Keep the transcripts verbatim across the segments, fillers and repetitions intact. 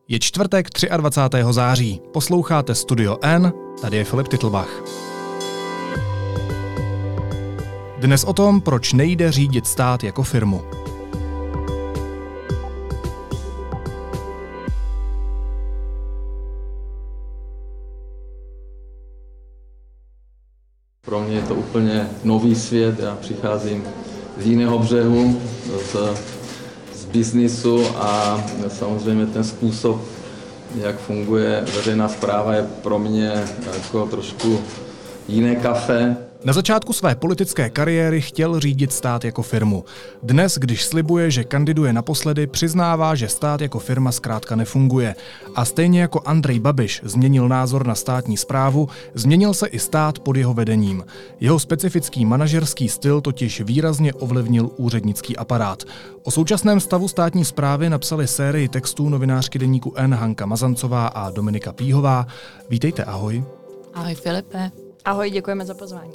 Je čtvrtek dvacátého třetího září. Posloucháte Studio N, tady je Filip Titlbach. Dnes o tom, proč nejde řídit stát jako firmu. Pro mě je to úplně nový svět, já přicházím z jiného břehu, z, z biznisu a samozřejmě ten způsob, jak funguje veřejná správa, je pro mě jako trošku jiné kafe. Na začátku své politické kariéry chtěl řídit stát jako firmu. Dnes, když slibuje, že kandiduje naposledy, přiznává, že stát jako firma zkrátka nefunguje. A stejně jako Andrej Babiš změnil názor na státní správu, změnil se i stát pod jeho vedením. Jeho specifický manažerský styl totiž výrazně ovlivnil úřednický aparát. O současném stavu státní správy napsali sérii textů novinářky deníku N Hanka Mazancová a Dominika Píhová. Vítejte, ahoj. Ahoj Filipe. Ahoj, děkujeme za pozvání.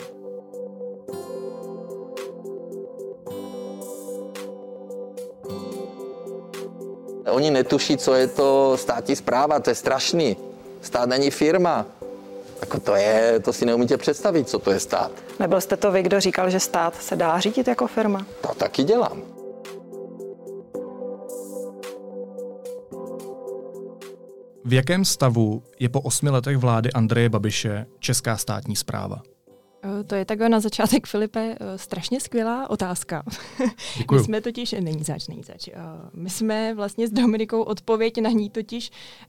Oni netuší, co je to státní správa, to je strašný. Stát není firma. Jako to je, to si neumíte představit, co to je stát. Nebyl jste to vy, kdo říkal, že stát se dá řídit jako firma? To taky dělám. V jakém stavu je po osmi letech vlády Andreje Babiše česká státní správa? To je takhle na začátek, Filipe, strašně skvělá otázka. Děkuju. My jsme totiž, není zač, není zač. My jsme vlastně s Dominikou odpověď na ní totiž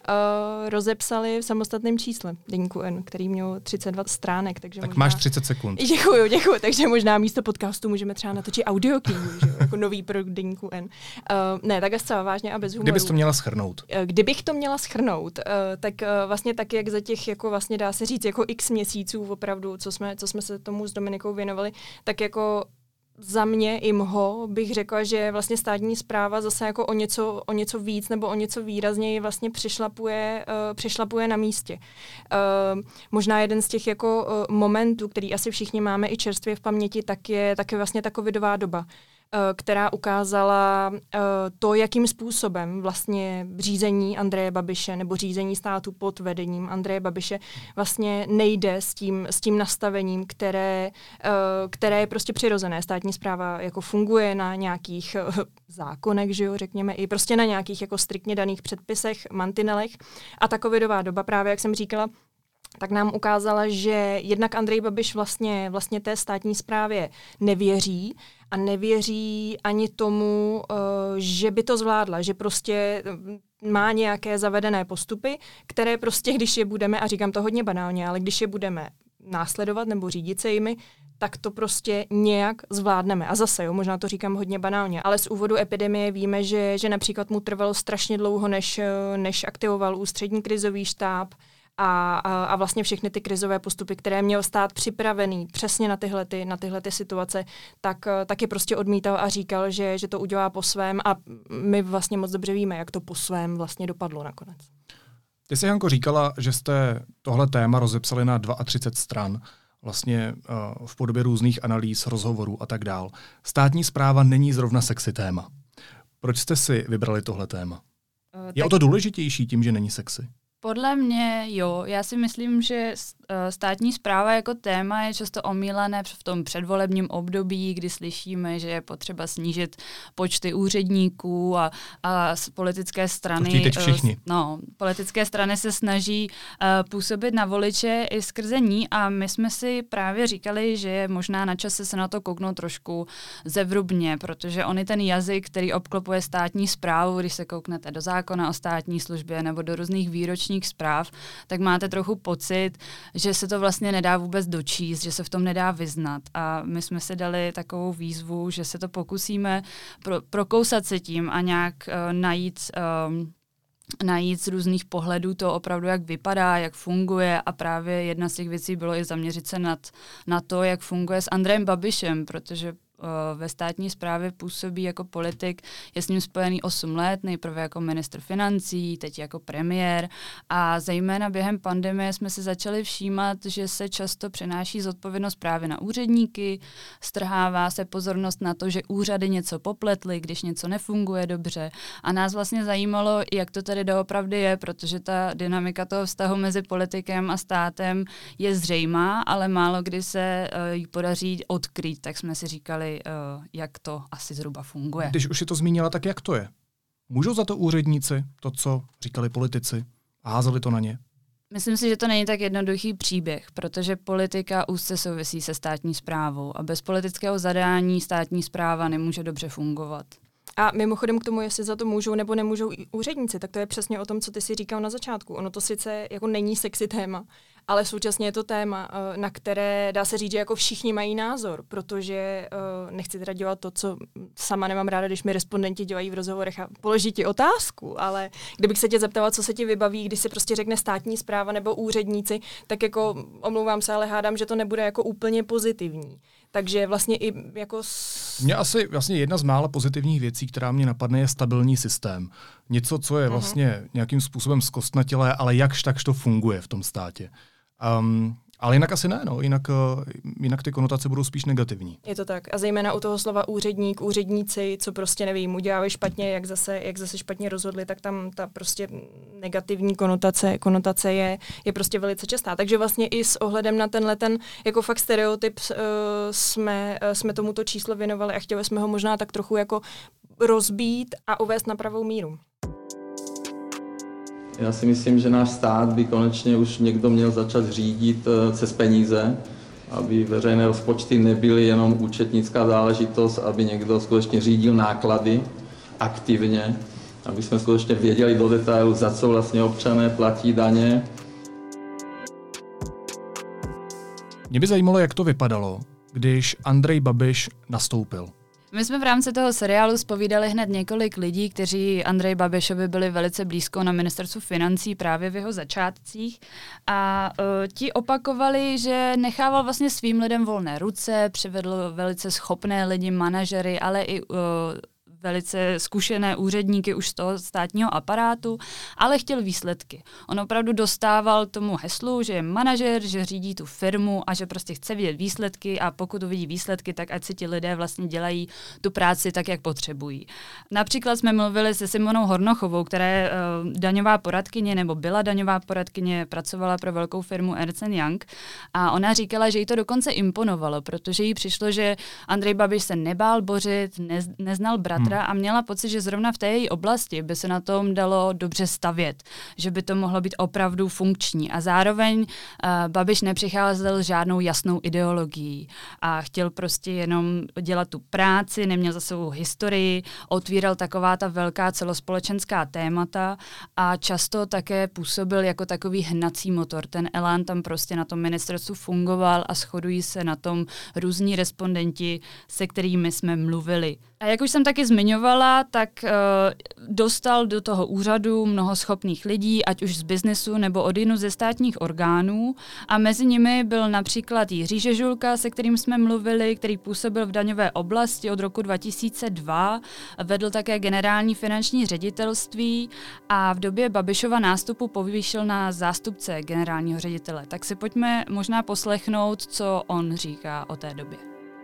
uh, rozepsali v samostatném čísle deníku N, který měl třicet dva stránek. Takže tak možná... máš třicet sekund. Děkuju, děkuju, takže možná místo podcastu můžeme třeba natočit audioknihu, jako nový pro deníku N. Uh, ne, tak zcela vážně a bez humoru. Kdybys to měla shrnout? Kdybych to měla shrnout, uh, tak uh, vlastně tak, jak za těch, jako vlastně dá se říct, jako x měsíců opravdu, co jsme, co jsme se tomu s Dominikou věnovali, tak jako za mě i mho bych řekla, že vlastně státní správa zase jako o něco, o něco víc nebo o něco výrazněji vlastně přešlapuje, uh, přešlapuje na místě. Uh, možná jeden z těch jako uh, momentů, který asi všichni máme i čerstvě v paměti, tak je, tak je vlastně ta covidová doba, která ukázala uh, to, jakým způsobem vlastně řízení Andreje Babiše nebo řízení státu pod vedením Andreje Babiše vlastně nejde s tím, s tím nastavením, které, uh, které je prostě přirozené. Státní správa jako funguje na nějakých uh, zákonech, že jo, řekněme, i prostě na nějakých jako striktně daných předpisech, mantinelech. A ta covidová doba, právě jak jsem říkala, tak nám ukázala, že jednak Andrej Babiš vlastně, vlastně té státní správě nevěří a nevěří ani tomu, uh, že by to zvládla, že prostě má nějaké zavedené postupy, které prostě, když je budeme, a říkám to hodně banálně, ale když je budeme následovat nebo řídit se jimi, tak to prostě nějak zvládneme. A zase, jo, možná to říkám hodně banálně, ale z úvodu epidemie víme, že, že například mu trvalo strašně dlouho, než, než aktivoval ústřední krizový štáb, A, a, a vlastně všechny ty krizové postupy, které měl stát připravený přesně na tyhle, ty, na tyhle ty situace, tak, tak je prostě odmítal a říkal, že, že to udělá po svém a my vlastně moc dobře víme, jak to po svém vlastně dopadlo nakonec. Ty jsi, Hanko, říkala, že jste tohle téma rozepsali na třicet dva stran, vlastně uh, v podobě různých analýz, rozhovorů a tak dál. Státní správa není zrovna sexy téma. Proč jste si vybrali tohle téma? Uh, je tak... o to důležitější tím, že není sexy? Podle mě jo, já si myslím, že státní správa jako téma je často omílané v tom předvolebním období, kdy slyšíme, že je potřeba snížit počty úředníků a, a politické strany. To teď všichni. No, politické strany se snaží uh, působit na voliče i skrze ní a my jsme si právě říkali, že je možná na čase se na to kouknout trošku zevrubně, protože on je ten jazyk, který obklopuje státní správu, když se kouknete do zákona o státní službě nebo do různých výročních zpráv, tak máte trochu pocit, že se to vlastně nedá vůbec dočíst, že se v tom nedá vyznat. A my jsme si dali takovou výzvu, že se to pokusíme pro, prokousat se tím a nějak uh, najít, um, najít z různých pohledů to opravdu, jak vypadá, jak funguje a právě jedna z těch věcí bylo i zaměřit se nad, na to, jak funguje s Andrejem Babišem, protože ve státní správě působí jako politik, je s ním spojený osm let, nejprve jako ministr financí, teď jako premiér a zejména během pandemie jsme si začali všímat, že se často přenáší zodpovědnost právě na úředníky, strhává se pozornost na to, že úřady něco popletly, když něco nefunguje dobře a nás vlastně zajímalo, jak to tady doopravdy je, protože ta dynamika toho vztahu mezi politikem a státem je zřejmá, ale málo kdy se uh, ji podaří odkrýt, tak jsme si říkali, uh, jak to asi zhruba funguje. Když už si to zmínila, tak jak to je? Můžou za to úředníci, to, co říkali politici, a házeli to na ně? Myslím si, že to není tak jednoduchý příběh, protože politika úzce souvisí se státní správou a bez politického zadání státní správa nemůže dobře fungovat. A mimochodem k tomu, jestli za to můžou nebo nemůžou úředníci, tak to je přesně o tom, co ty si říkal na začátku. Ono to sice jako není sexy téma, ale současně je to téma, na které dá se říct, že jako všichni mají názor, protože nechci teda dělat to, co sama nemám ráda, když mi respondenti dělají v rozhovorech a položí ti otázku, ale kdybych se tě zeptala, co se ti vybaví, když se prostě řekne státní správa nebo úředníci, tak jako omlouvám se, ale hádám, že to nebude jako úplně pozitivní. Takže vlastně i jako... S... Mně asi vlastně jedna z mála pozitivních věcí, která mě napadne, je stabilní systém. Něco, co je vlastně uh-huh. nějakým způsobem zkostnatělé, ale jakž takž to funguje v tom státě. Um, ale jinak asi ne, no. Jinak, uh, jinak ty konotace budou spíš negativní. Je to tak. A zejména u toho slova úředník, úředníci, co prostě nevím, udělali špatně, jak zase, jak zase špatně rozhodli, tak tam ta prostě negativní konotace, konotace je, je prostě velice častá. Takže vlastně i s ohledem na tenhle ten jako fakt stereotyp uh, jsme, uh, jsme tomuto číslo věnovali a chtěli jsme ho možná tak trochu jako rozbít a uvést na pravou míru. Já si myslím, že náš stát by konečně už někdo měl začít řídit přes peníze, aby veřejné rozpočty nebyly jenom účetnická záležitost, aby někdo skutečně řídil náklady aktivně, aby jsme skutečně věděli do detailu, za co vlastně občané platí daně. Mě by zajímalo, jak to vypadalo, když Andrej Babiš nastoupil. My jsme v rámci toho seriálu zpovídali hned několik lidí, kteří Andreji Babišovi byli velice blízko na ministerstvu financí právě v jeho začátcích a uh, ti opakovali, že nechával vlastně svým lidem volné ruce, přivedl velice schopné lidi, manažery, ale i uh, velice zkušené úředníky už z toho státního aparátu, ale chtěl výsledky. On opravdu dostával tomu heslu, že je manažer, že řídí tu firmu a že prostě chce vidět výsledky a pokud uvidí výsledky, tak ať si ti lidé vlastně dělají tu práci tak, jak potřebují. Například jsme mluvili se Simonou Hornochovou, která je uh, daňová poradkyně nebo byla daňová poradkyně, pracovala pro velkou firmu Ernst and Young a ona říkala, že jí to dokonce imponovalo, protože jí přišlo, že Andrej Babiš se nebál bořit, nez, neznal bratra a měla pocit, že zrovna v té její oblasti by se na tom dalo dobře stavět, že by to mohlo být opravdu funkční. A zároveň uh, Babiš nepřicházel žádnou jasnou ideologií a chtěl prostě jenom dělat tu práci, neměl za sebou historii, otvíral taková ta velká celospolečenská témata a často také působil jako takový hnací motor. Ten elán tam prostě na tom ministerstvu fungoval a shodují se na tom různí respondenti, se kterými jsme mluvili. A jak už jsem taky zmiňovala, tak uh, dostal do toho úřadu mnoho schopných lidí, ať už z biznesu nebo odinu ze státních orgánů. A mezi nimi byl například Jiří Žežulka, se kterým jsme mluvili, který působil v daňové oblasti od roku dva tisíce dva, vedl také generální finanční ředitelství a v době Babišova nástupu povýšil na zástupce generálního ředitele. Tak si pojďme možná poslechnout, co on říká o té době.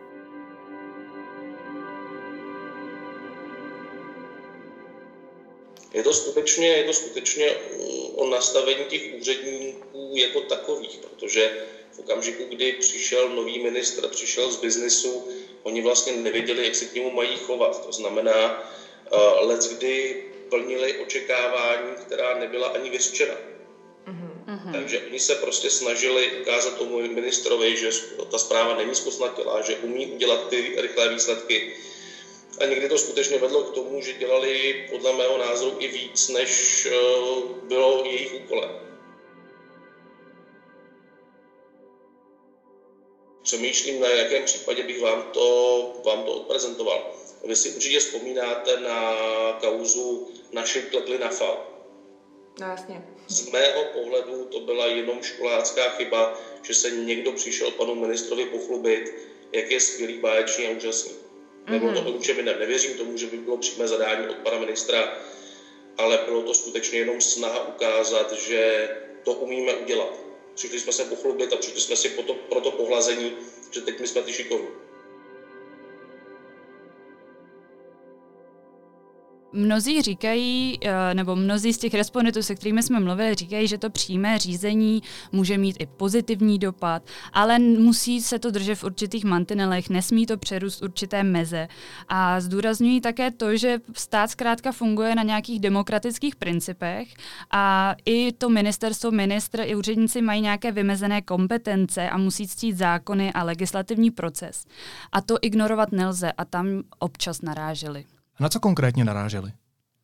Je to skutečně, je to skutečně o nastavení těch úředníků jako takových, protože v okamžiku, kdy přišel nový ministr, přišel z biznisu, oni vlastně nevěděli, jak se k němu mají chovat. To znamená, uh, leckdy plnili očekávání, která nebyla ani vyřčena. Mm-hmm. Takže oni se prostě snažili ukázat tomu ministrovi, že ta zpráva není zkostnatělá, že umí udělat ty rychlé výsledky. A někdy to skutečně vedlo k tomu, že dělali podle mého názoru i víc, než uh, bylo jejich úkolem. Přemýšlím, na jakém případě bych vám to, vám to odprezentoval. Vy si určitě vzpomínáte na kauzu Naši klepli na fal. No jasně. Z mého pohledu to byla jenom školácká chyba, že se někdo přišel panu ministrovi pochlubit, jak je skvělý, báječný a úžasný. Nebylo to o ničem jiném. Nevěřím tomu, že by bylo přímé zadání od pana ministra, ale bylo to skutečně jenom snaha ukázat, že to umíme udělat. Přišli jsme se pochlubit a přišli jsme si pro to, pro to pohlazení, že teď my jsme ty šikovní. Mnozí říkají, nebo mnozí z těch respondentů, se kterými jsme mluvili, říkají, že to přímé řízení může mít i pozitivní dopad, ale musí se to držet v určitých mantinelech, nesmí to přerůst určité meze. A zdůrazňují také to, že stát zkrátka funguje na nějakých demokratických principech a i to ministerstvo, ministr i úředníci mají nějaké vymezené kompetence a musí ctít zákony a legislativní proces. A to ignorovat nelze a tam občas naráželi. Na co konkrétně naráželi?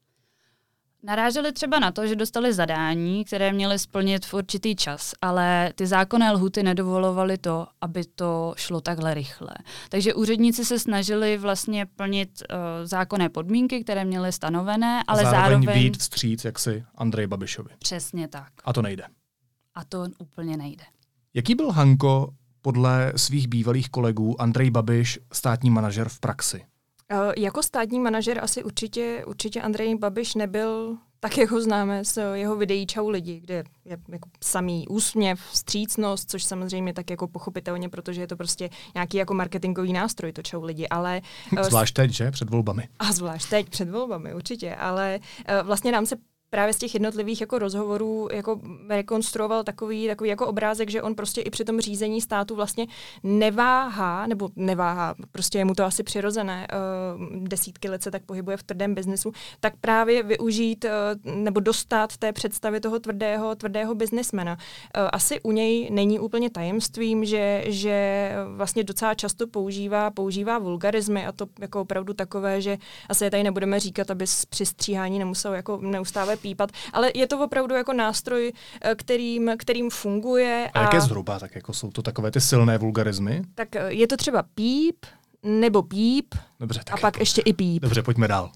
Naráželi třeba na to, že dostali zadání, které měli splnit v určitý čas, ale ty zákonné lhuty nedovolovaly to, aby to šlo takhle rychle. Takže úředníci se snažili vlastně plnit uh, zákonné podmínky, které měly stanovené, ale zároveň, zároveň být vstříc jaksi Andreji Babišovi. Přesně tak. A to nejde. A to úplně nejde. Jaký byl, Hanko, podle svých bývalých kolegů Andrej Babiš státní manažer v praxi? Uh, jako státní manažer asi určitě, určitě Andrej Babiš nebyl tak, jak ho známe z jeho videí Čau lidi, kde je jako samý úsměv, vstřícnost, což samozřejmě tak jako pochopitelně, protože je to prostě nějaký jako marketingový nástroj, to Čau lidi, ale... Uh, zvlášť teď, že? Před volbami. A zvlášť teď, před volbami, určitě, ale uh, vlastně nám se právě z těch jednotlivých jako rozhovorů jako rekonstruoval takový, takový jako obrázek, že on prostě i při tom řízení státu vlastně neváhá, nebo neváhá, prostě je mu to asi přirozené, uh, desítky let se tak pohybuje v tvrdém biznesu, tak právě využít uh, nebo dostat té představy toho tvrdého, tvrdého biznesmena. Uh, asi u něj není úplně tajemstvím, že, že vlastně docela často používá, používá vulgarizmy a to jako opravdu takové, že asi je tady nebudeme říkat, aby při stříhání nemusel jako neustále pípat, ale je to opravdu jako nástroj, kterým, kterým funguje. A, a jak je zhruba, tak jako jsou to takové ty silné vulgarizmy? Tak je to třeba píp, nebo píp, Dobře, tak a pak ještě i píp. Dobře, pojďme dál.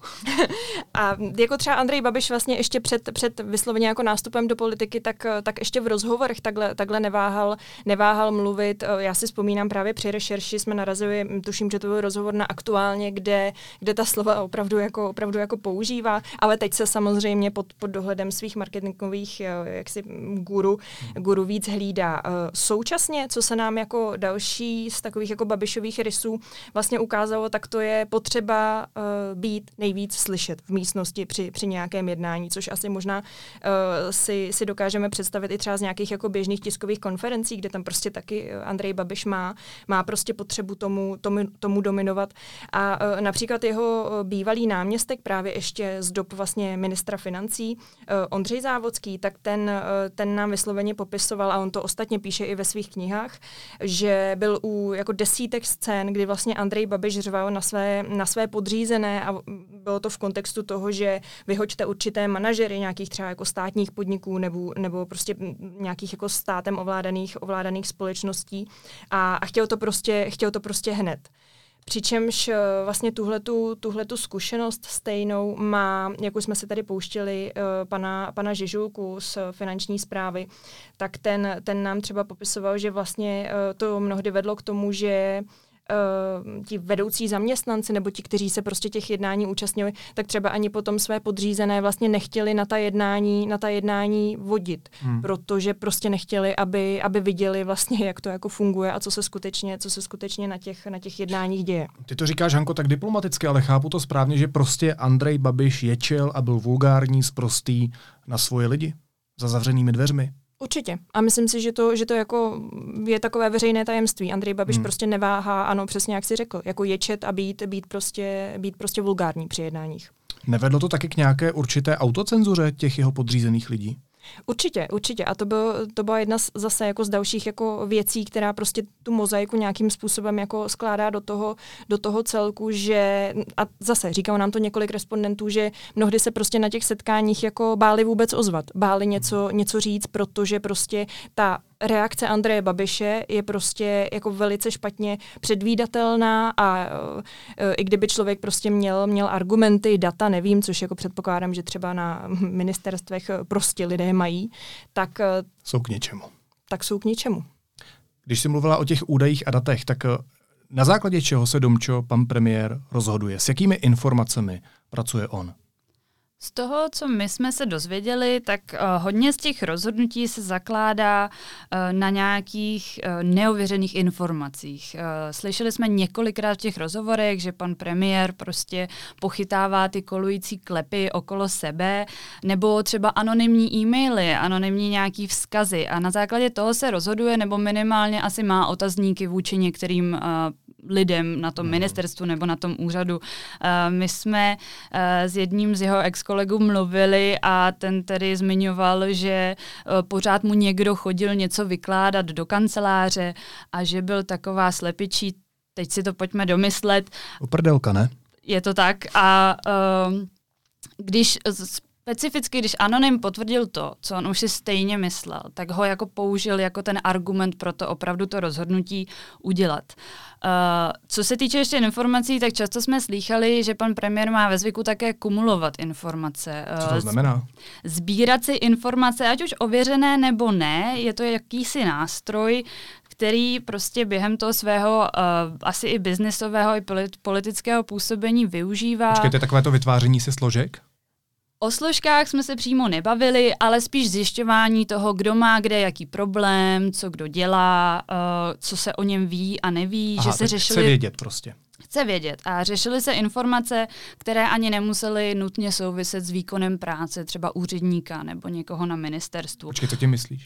A jako třeba Andrej Babiš vlastně ještě před, před vysloveně jako nástupem do politiky, tak, tak ještě v rozhovorech takhle, takhle neváhal, neváhal mluvit. Já si vzpomínám právě při rešerši jsme narazili, tuším, že to byl rozhovor na Aktuálně, kde, kde ta slova opravdu jako, opravdu jako používá, ale teď se samozřejmě pod, pod dohledem svých marketingových jaksi guru, guru víc hlídá. Současně, co se nám jako další z takových jako Babišových rysů vlastně ukázalo, tak to je potřeba uh, být nejvíc slyšet v místnosti při, při nějakém jednání, což asi možná uh, si, si dokážeme představit i třeba z nějakých jako běžných tiskových konferencí, kde tam prostě taky Andrej Babiš má, má prostě potřebu tomu, tomu, tomu dominovat. A uh, například jeho bývalý náměstek právě ještě z dob vlastně ministra financí, uh, Ondřej Závodský, tak ten, uh, ten nám vysloveně popisoval, a on to ostatně píše i ve svých knihách, že byl u jako desítek scén, kdy vlastně Andrej Babiš řval na své, na své podřízené a bylo to v kontextu toho, že vyhoďte určité manažery nějakých třeba jako státních podniků nebo, nebo prostě nějakých jako státem ovládaných, ovládaných společností a, a chtěl to prostě, chtěl to prostě hned. Přičemž vlastně tuhletu, tuhletu zkušenost stejnou má, jak už jsme se tady pouštěli, pana, pana Žižulku z finanční správy, tak ten, ten nám třeba popisoval, že vlastně to mnohdy vedlo k tomu, že Uh, ti vedoucí zaměstnanci nebo ti, kteří se prostě těch jednání účastnili, tak třeba ani potom své podřízené vlastně nechtěli na ta jednání, na ta jednání vodit, hmm. protože prostě nechtěli, aby, aby viděli vlastně, jak to jako funguje a co se skutečně, co se skutečně na těch, na těch jednáních děje. Ty to říkáš, Hanko, tak diplomaticky, ale chápu to správně, že prostě Andrej Babiš ječel a byl vulgární, sprostý na svoje lidi za zavřenými dveřmi. Určitě. A myslím si, že to, že to jako je takové veřejné tajemství. Andrej Babiš hmm. prostě neváhá, ano, přesně jak jsi řekl, jako ječet a být, být, prostě, být prostě vulgární při jednáních. Nevedlo to taky k nějaké určité autocenzuře těch jeho podřízených lidí? Určitě, určitě. A to, byl, to byla jedna z, zase jako z dalších jako věcí, která prostě tu mozaiku nějakým způsobem jako skládá do toho, do toho celku, že a zase říkalo nám to několik respondentů, že mnohdy se prostě na těch setkáních jako báli vůbec ozvat, báli něco, něco říct, protože prostě ta reakce Andreje Babiše je prostě jako velice špatně předvídatelná a uh, i kdyby člověk prostě měl, měl argumenty, data, nevím, což jako předpokládám, že třeba na ministerstvech prostě lidé mají, tak uh, jsou k něčemu. Tak jsou k něčemu. Když jsi mluvila o těch údajích a datech, tak uh, Na základě čeho se, Domčo, pan premiér rozhoduje? S jakými informacemi pracuje on? Z toho, co my jsme se dozvěděli, tak uh, hodně z těch rozhodnutí se zakládá uh, na nějakých uh, neověřených informacích. Uh, slyšeli jsme několikrát v těch rozhovorech, že pan premiér prostě pochytává ty kolující klepy okolo sebe, nebo třeba anonymní e-maily, anonymní nějaký vzkazy a na základě toho se rozhoduje, nebo minimálně asi má otazníky vůči některým uh, lidem na tom ministerstvu nebo na tom úřadu. Uh, my jsme uh, s jedním z jeho ex-kolegů mluvili a ten tedy zmiňoval, že uh, pořád mu někdo chodil něco vykládat do kanceláře a že byl taková slepičí, teď si to pojďme domyslet. Uprdelka, ne? Je to tak a uh, když specificky, když Anonym potvrdil to, co on už si stejně myslel, tak ho jako použil jako ten argument pro to opravdu to rozhodnutí udělat. Uh, co se týče ještě informací, tak často jsme slýchali, že pan premiér má ve zvyku také kumulovat informace. Co to znamená? Sbírat si informace, ať už ověřené nebo ne, je to jakýsi nástroj, který prostě během toho svého uh, asi i biznisového i politického působení využívá. Počkejte, takové to vytváření si složek? O složkách jsme se přímo nebavili, ale spíš zjišťování toho, kdo má kde jaký problém, co kdo dělá, uh, co se o něm ví a neví. Aha, že se řešili... chce vědět prostě. Chce vědět. A řešily se informace, které ani nemusely nutně souviset s výkonem práce, třeba úředníka nebo někoho na ministerstvu. Počkej, co tím myslíš?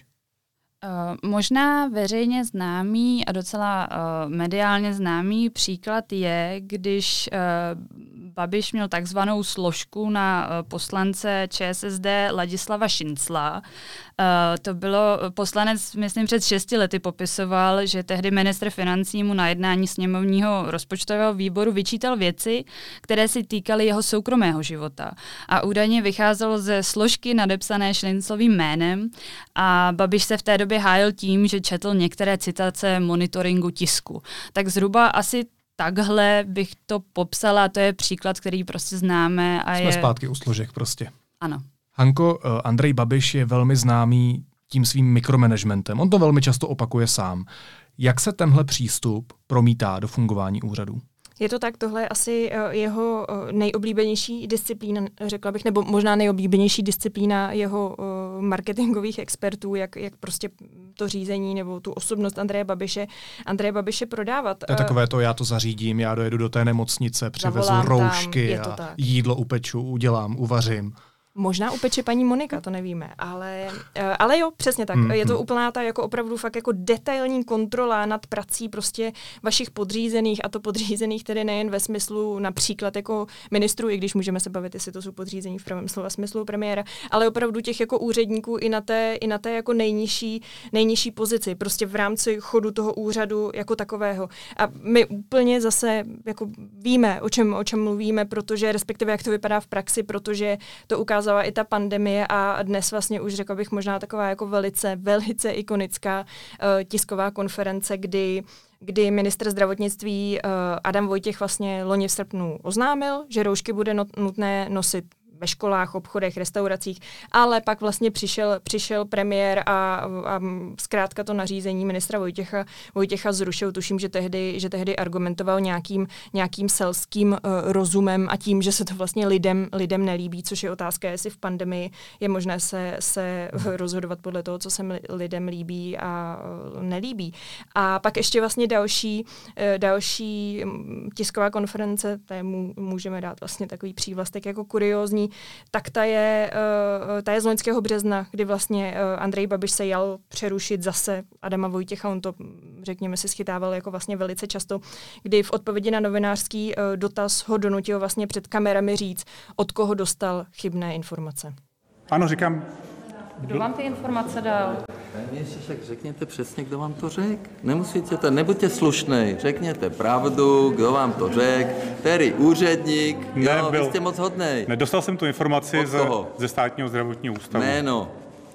Uh, možná veřejně známý a docela uh, mediálně známý příklad je, když uh, Babiš měl takzvanou složku na uh, poslance ČSSD Ladislava Šincla. Uh, to bylo, poslanec, myslím, před šesti lety popisoval, že tehdy ministr financí mu na jednání sněmovního rozpočtového výboru vyčítal věci, které si týkaly jeho soukromého života. A údajně vycházelo ze složky nadepsané Šinclovým jménem a Babiš se v té době hájil tím, že četl některé citace monitoringu tisku. Tak zhruba asi takhle bych to popsala, to je příklad, který prostě známe. A Jsme je... zpátky u složek prostě. Ano. Hanko, Andrej Babiš je velmi známý tím svým mikromanagementem. On to velmi často opakuje sám. Jak se tenhle přístup promítá do fungování úřadu? Je to tak, tohle je asi jeho nejoblíbenější disciplína, řekla bych, nebo možná nejoblíbenější disciplína jeho marketingových expertů, jak, jak prostě to řízení nebo tu osobnost Andreje Babiše, Andreje Babiše prodávat. To je takové to, já to zařídím, já dojedu do té nemocnice, přivezu Zavolám roušky tam, a tak. jídlo upeču, udělám, uvařím. Možná upeče paní Monika, to nevíme, ale, ale jo, přesně tak. Hmm, je to hmm. úplná ta jako opravdu fakt jako detailní kontrola nad prací prostě vašich podřízených, a to podřízených tedy nejen ve smyslu například jako ministrů, i když můžeme se bavit, jestli to jsou podřízení v pravém slova smyslu premiéra, ale opravdu těch jako úředníků i na té, i na té jako nejnižší, nejnižší pozici, prostě v rámci chodu toho úřadu jako takového. A my úplně zase jako víme, o čem, o čem mluvíme, protože respektive jak to vypadá v praxi, protože to ukázalo i ta pandemie a dnes vlastně už řekla bych možná taková jako velice, velice ikonická uh, tisková konference, kdy kdy ministr zdravotnictví uh, Adam Vojtěch vlastně loni v srpnu oznámil, že roušky bude not, nutné nosit ve školách, obchodech, restauracích, ale pak vlastně přišel, přišel premiér a, a zkrátka to nařízení ministra Vojtěcha, Vojtěcha zrušil. Tuším, že tehdy, že tehdy argumentoval nějakým, nějakým selským uh, rozumem a tím, že se to vlastně lidem, lidem nelíbí, což je otázka, jestli v pandemii je možné se, se rozhodovat podle toho, co se lidem líbí a uh, nelíbí. A pak ještě vlastně další, uh, další tisková konference, té mu, můžeme dát vlastně takový přívlastek jako kuriózní, tak ta je, uh, ta je z loňského března, kdy vlastně uh, Andrej Babiš se jal přerušit zase Adama Vojtěcha, on to, řekněme, si schytával jako vlastně velice často, kdy v odpovědi na novinářský uh, dotaz ho donutil vlastně před kamerami říct, od koho dostal chybné informace. Ano, říkám. Kdo vám ty informace dal? Ježišek, řekněte přesně, kdo vám to řekl. Nemusíte to, nebuďte slušnej, řekněte pravdu, kdo vám to řekl, který úředník, jo, vy jste moc hodnej. Nedostal jsem tu informaci ze, ze státního zdravotního ústavu. Jméno.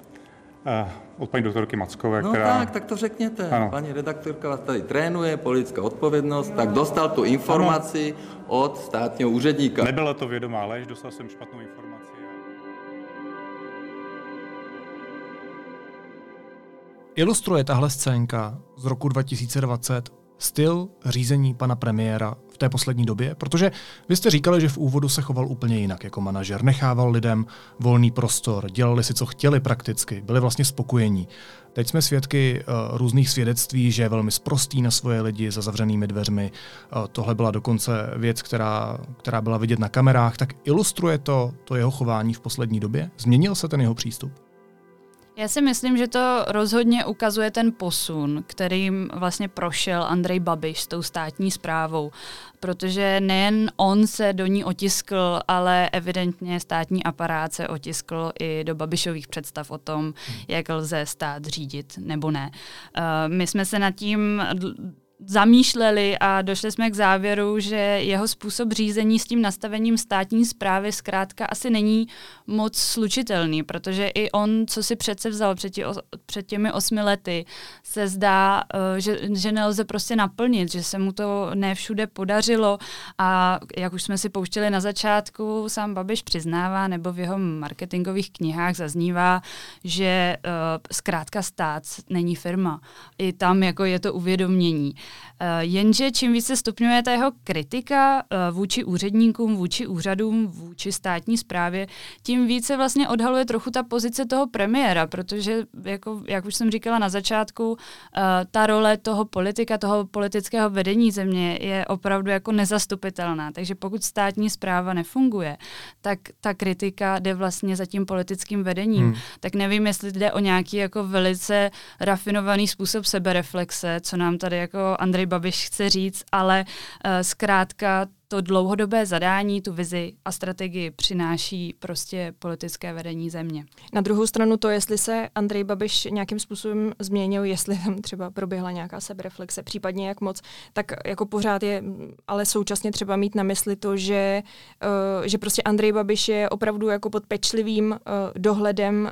Uh, od paní doktorky Mackové, no která... tak, tak to řekněte. Ano. Paní redaktorka vás tady trénuje, politická odpovědnost, tak dostal tu informaci ano. od státního úředníka. Nebyla to vědomá lež, dostal jsem špatnou informaci. Ilustruje tahle scénka z roku dva tisíce dvacet styl řízení pana premiéra v té poslední době? Protože vy jste říkali, že v úvodu se choval úplně jinak jako manažer. Nechával lidem volný prostor, dělali si, co chtěli prakticky, byli vlastně spokojení. Teď jsme svědky uh, různých svědectví, že je velmi sprostý na svoje lidi za zavřenými dveřmi. Uh, tohle byla dokonce věc, která, která byla vidět na kamerách. Tak ilustruje to, to jeho chování v poslední době? Změnil se ten jeho přístup? Já si myslím, že to rozhodně ukazuje ten posun, kterým vlastně prošel Andrej Babiš s tou státní správou, protože nejen on se do ní otiskl, ale evidentně státní aparát se otiskl i do Babišových představ o tom, jak lze stát řídit nebo ne. My jsme se nad tím zamýšleli a došli jsme k závěru, že jeho způsob řízení s tím nastavením státní správy zkrátka asi není moc slučitelný, protože i on, co si přece vzal před, tí, před těmi osmi lety, se zdá, že, že nelze prostě naplnit, že se mu to ne všude podařilo a jak už jsme si pouštěli na začátku, sám Babiš přiznává, nebo v jeho marketingových knihách zaznívá, že uh, zkrátka stát není firma. I tam jako je to uvědomění. Uh, jenže čím více stupňuje ta jeho kritika uh, vůči úředníkům, vůči úřadům, vůči státní správě, tím více vlastně odhaluje trochu ta pozice toho premiéra, protože, jako, jak už jsem říkala na začátku, uh, ta role toho politika, toho politického vedení země je opravdu jako nezastupitelná. Takže pokud státní správa nefunguje, tak ta kritika jde vlastně za tím politickým vedením. Hmm. Tak nevím, jestli jde o nějaký jako velice rafinovaný způsob sebereflexe, co nám tady jako Andrej Babiš chce říct, ale uh, zkrátka to dlouhodobé zadání, tu vizi a strategii přináší prostě politické vedení země. Na druhou stranu to, jestli se Andrej Babiš nějakým způsobem změnil, jestli tam třeba proběhla nějaká sebereflexe, případně jak moc, tak jako pořád je, ale současně třeba mít na mysli to, že, uh, že prostě Andrej Babiš je opravdu jako pod pečlivým uh, dohledem uh,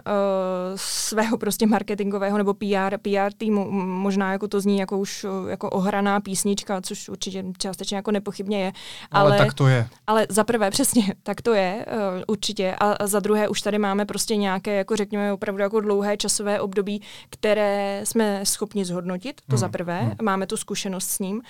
svého prostě marketingového nebo P R, P R týmu. Možná jako to zní jako už uh, jako ohraná písnička, což určitě částečně jako nepochybně je. Ale, ale tak to je. Ale za prvé, přesně, tak to je, uh, určitě. A za druhé už tady máme prostě nějaké, jako řekněme, opravdu jako dlouhé časové období, které jsme schopni zhodnotit, to hmm. za prvé. Hmm. Máme tu zkušenost s ním. Uh,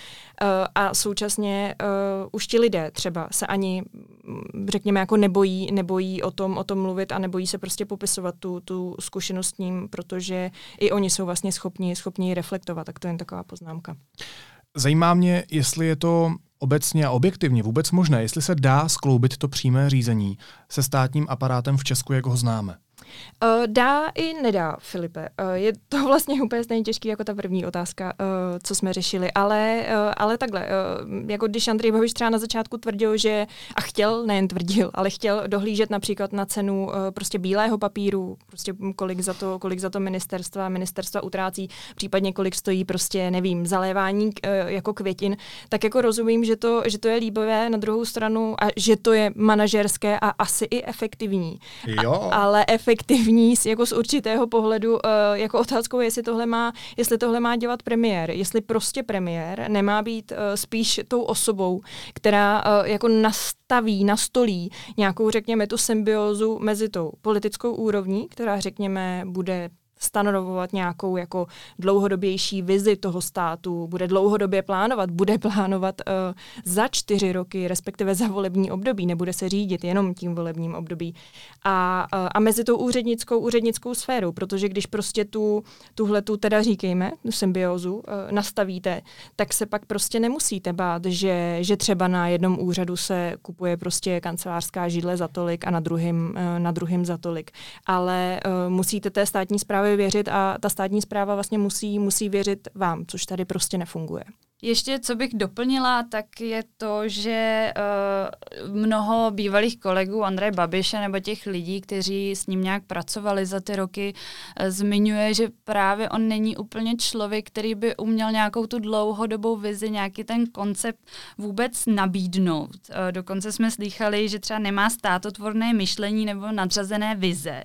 a současně uh, už ti lidé třeba se ani, řekněme, jako nebojí, nebojí o tom, o tom mluvit a nebojí se prostě popisovat tu, tu zkušenost s ním, protože i oni jsou vlastně schopni, schopni reflektovat. Tak to je jen taková poznámka. Zajímá mě, jestli je to obecně a objektivně vůbec možné, jestli se dá skloubit to přímé řízení se státním aparátem v Česku, jak ho známe. Uh, dá i nedá, Filipe. Uh, je to vlastně úplně stejně těžký jako ta první otázka, uh, co jsme řešili, ale, uh, ale takhle, uh, jako když Andrej Babiš třeba na začátku tvrdil, že a chtěl, nejen tvrdil, ale chtěl dohlížet například na cenu uh, prostě bílého papíru, prostě kolik za to, kolik za to ministerstva, ministerstva utrácí, případně kolik stojí prostě, nevím, zalévání uh, jako květin, tak jako rozumím, že to, že to je líbivé na druhou stranu a že to je manažerské a asi i efektivní. Jo. A, ale efektivní efektivní jako z určitého pohledu, uh, jako otázkou je, jestli tohle má, jestli tohle má dělat premiér, jestli prostě premiér nemá být uh, spíš tou osobou, která uh, jako nastaví, nastolí nějakou, řekněme, tu symbiózu mezi tou politickou úrovní, která, řekněme, bude stanovovat nějakou jako dlouhodobější vizi toho státu, bude dlouhodobě plánovat, bude plánovat uh, za čtyři roky, respektive za volební období, nebude se řídit jenom tím volebním období. A, uh, a mezi tou úřednickou, úřednickou sférou, protože když prostě tu, tuhletu teda říkejme, tu symbiózu uh, nastavíte, tak se pak prostě nemusíte bát, že, že třeba na jednom úřadu se kupuje prostě kancelářská židle za tolik a na druhým, uh, na druhým za tolik. Ale uh, musíte té státní správě věřit a ta státní správa vlastně musí, musí věřit vám, což tady prostě nefunguje. Ještě, co bych doplnila, tak je to, že uh, mnoho bývalých kolegů Andreje Babiše nebo těch lidí, kteří s ním nějak pracovali za ty roky, uh, zmiňuje, že právě on není úplně člověk, který by uměl nějakou tu dlouhodobou vizi, nějaký ten koncept vůbec nabídnout. Uh, dokonce jsme slýchali, že třeba nemá státotvorné myšlení nebo nadřazené vize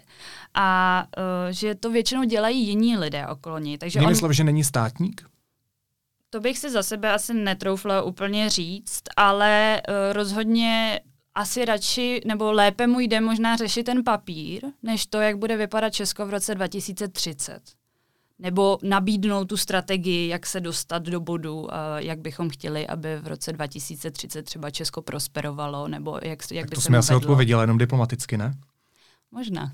a uh, že to většinou dělají jiní lidé okolo něj. Takže Jinými on... slovy, že není státník? To bych si za sebe asi netroufla úplně říct, ale uh, rozhodně asi radši, nebo lépe mu jde možná řešit ten papír, než to, jak bude vypadat Česko v roce dva tisíce třicet. nebo nabídnout tu strategii, jak se dostat do bodu, jak bychom chtěli, aby v roce dva tisíce třicet třeba Česko prosperovalo, nebo jak, jak tak by to se jsme mu asi vedlo. odpověděli, jenom diplomaticky, ne? Možná.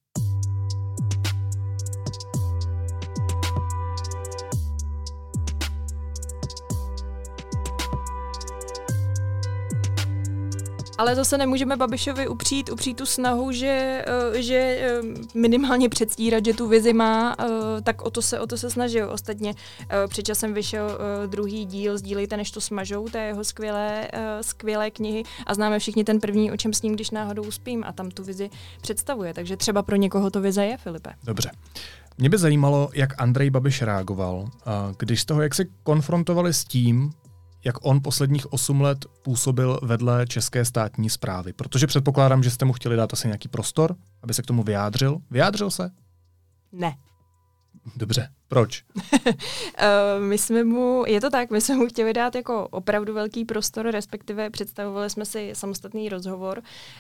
Ale zase nemůžeme Babišovi upřít, upřít tu snahu, že, že minimálně předstírat, že tu vizi má, tak o to se, o to se snažil. Ostatně před časem vyšel druhý díl Sdílejte, než to smažou, té jeho skvělé, skvělé knihy a známe všichni ten první, o čem s ním, když náhodou spím, a tam tu vizi představuje. Takže třeba pro někoho to vize je, Filipe. Dobře. Mě by zajímalo, jak Andrej Babiš reagoval, když toho, jak se konfrontovali s tím, jak on posledních osm let působil vedle české státní správy. Protože předpokládám, že jste mu chtěli dát asi nějaký prostor, aby se k tomu vyjádřil. Vyjádřil se? Ne. Dobře. Proč? my jsme mu, je to tak, my jsme mu chtěli dát jako opravdu velký prostor, respektive představovali jsme si samostatný rozhovor,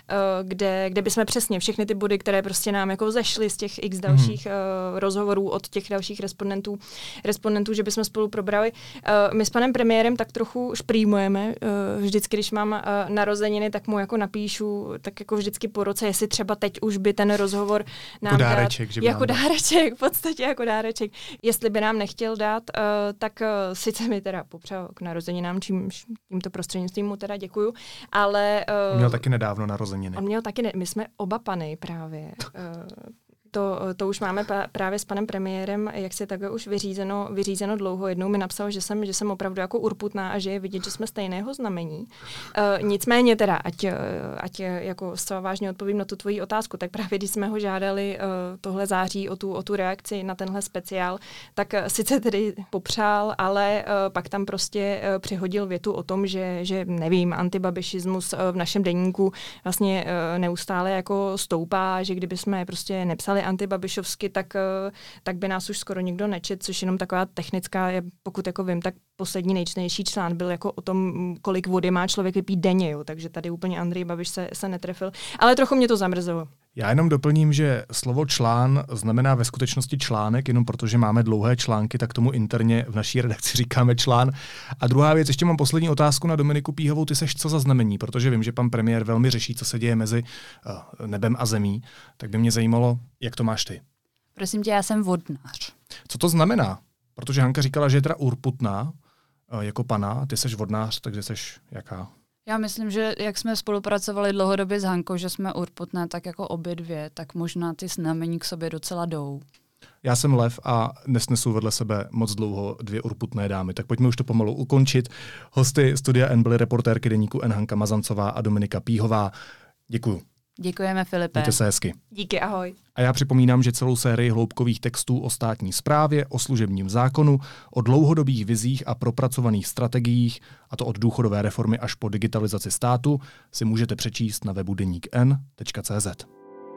kde, kde bychom přesně všechny ty body, které prostě nám jako zešly z těch x dalších mm. rozhovorů od těch dalších respondentů, respondentů, že bychom spolu probrali. My s panem premiérem tak trochu šprýmujeme. Vždycky, když mám narozeniny, tak mu jako napíšu, tak jako vždycky po roce, jestli třeba teď už by ten rozhovor nám jako dáreček, dát, že by jako nám dáreček, v podstatě jako dáreček. Jestli by nám nechtěl dát, uh, tak uh, sice mi teda popřál k narozeninám, čím tímto prostřednictvím mu teda děkuju, ale... Uh, on měl taky nedávno narozeniny. On měl taky, ne, my jsme oba pany právě. Uh, To, to už máme pa, právě s panem premiérem, jak si takhle už vyřízeno, vyřízeno dlouho. Jednou mi napsal, že jsem, že jsem opravdu jako urputná a že je vidět, že jsme stejného znamení. Uh, nicméně teda, ať, ať jako zcela vážně odpovím na tu tvoji otázku, tak právě když jsme ho žádali uh, tohle září o tu, o tu reakci na tenhle speciál, tak uh, sice tedy popřál, ale uh, pak tam prostě uh, přihodil větu o tom, že, že nevím, antibabišismus uh, v našem deníku vlastně uh, neustále jako stoupá, že kdyby jsme prostě nepsali antibabišovsky, tak, tak by nás už skoro nikdo nečet, což jenom taková technická, pokud jako vím, tak poslední nejčtenější článek byl jako o tom, kolik vody má člověk vypít denně, jo, takže tady úplně Andrej Babiš se, se netrefil, ale trochu mě to zamrzelo. Já jenom doplním, že slovo člán znamená ve skutečnosti článek, jenom protože máme dlouhé články, tak tomu interně v naší redakci říkáme člán. A druhá věc, ještě mám poslední otázku na Dominiku Píhovou, ty seš co za znamení, protože vím, že pan premiér velmi řeší, co se děje mezi uh, nebem a zemí, tak by mě zajímalo, jak to máš ty. Prosím tě, já jsem vodnář. Co to znamená? Protože Hanka říkala, že je teda urputná uh, jako pana, ty seš vodnář, takže seš jaká? Já myslím, že jak jsme spolupracovali dlouhodobě s Hankou, že jsme urputné tak jako obě dvě, tak možná ty znamení k sobě docela jdou. Já jsem lev a nesnesu vedle sebe moc dlouho dvě urputné dámy, tak pojďme už to pomalu ukončit. Hosty Studia N byly reportérky deníku N Hanka Mazancová a Dominika Píhová. Děkuju. Děkujeme, Filipe. Mějte se hezky. Díky, ahoj. A já připomínám, že celou sérii hloubkových textů o státní správě, o služebním zákonu, o dlouhodobých vizích a propracovaných strategiích, a to od důchodové reformy až po digitalizaci státu, si můžete přečíst na webu deník n tečka cé zet.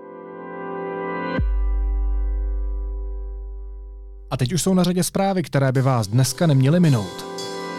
A teď už jsou na řadě zprávy, které by vás dneska neměly minout.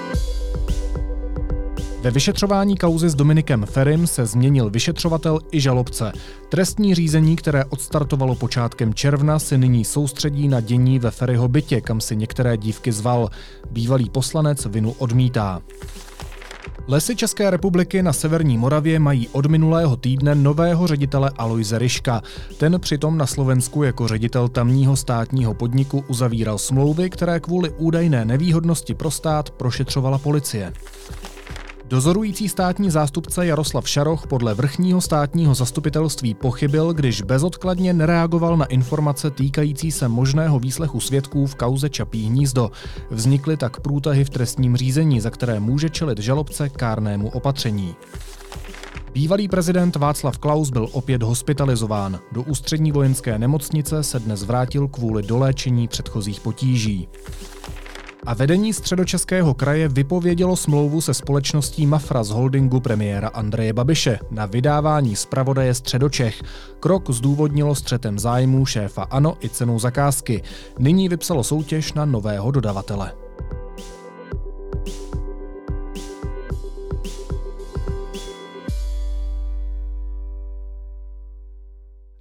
Ve vyšetřování kauzy s Dominikem Ferim se změnil vyšetřovatel i žalobce. Trestní řízení, které odstartovalo počátkem června, se nyní soustředí na dění ve Feriho bytě, kam si některé dívky zval. Bývalý poslanec vinu odmítá. Lesy České republiky na severní Moravě mají od minulého týdne nového ředitele Alojze Ryška. Ten přitom na Slovensku jako ředitel tamního státního podniku uzavíral smlouvy, které kvůli údajné nevýhodnosti pro stát prošetřovala policie. Dozorující státní zástupce Jaroslav Šaroch podle vrchního státního zastupitelství pochybil, když bezodkladně nereagoval na informace týkající se možného výslechu svědků v kauze Čapí hnízdo. Vznikly tak průtahy v trestním řízení, za které může čelit žalobce kárnému opatření. Bývalý prezident Václav Klaus byl opět hospitalizován. Do ústřední vojenské nemocnice se dnes vrátil kvůli doléčení předchozích potíží. A vedení Středočeského kraje vypovědělo smlouvu se společností Mafra z holdingu premiéra Andreje Babiše na vydávání zpravodaje Středočech. Krok zdůvodnilo střetem zájmů šéfa ANO i cenou zakázky. Nyní vypsalo soutěž na nového dodavatele.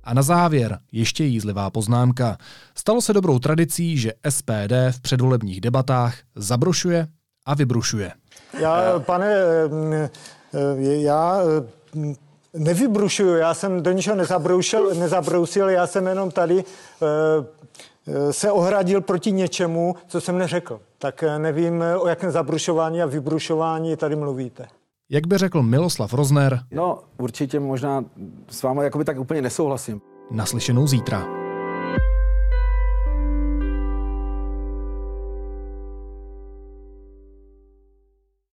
A na závěr ještě jízlivá poznámka. Stalo se dobrou tradicí, že S P D v předvolebních debatách zabrušuje a vybrušuje. Já, pane, já nevybrušuju, já jsem do ničeho nezabroušil, nezabrousil, já jsem jenom tady se ohradil proti něčemu, co jsem neřekl. Tak nevím, o jakém zabrušování a vybrušování tady mluvíte. Jak by řekl Miloslav Rozner? No, určitě možná s vámi jakoby tak úplně nesouhlasím. Naslyšenou zítra.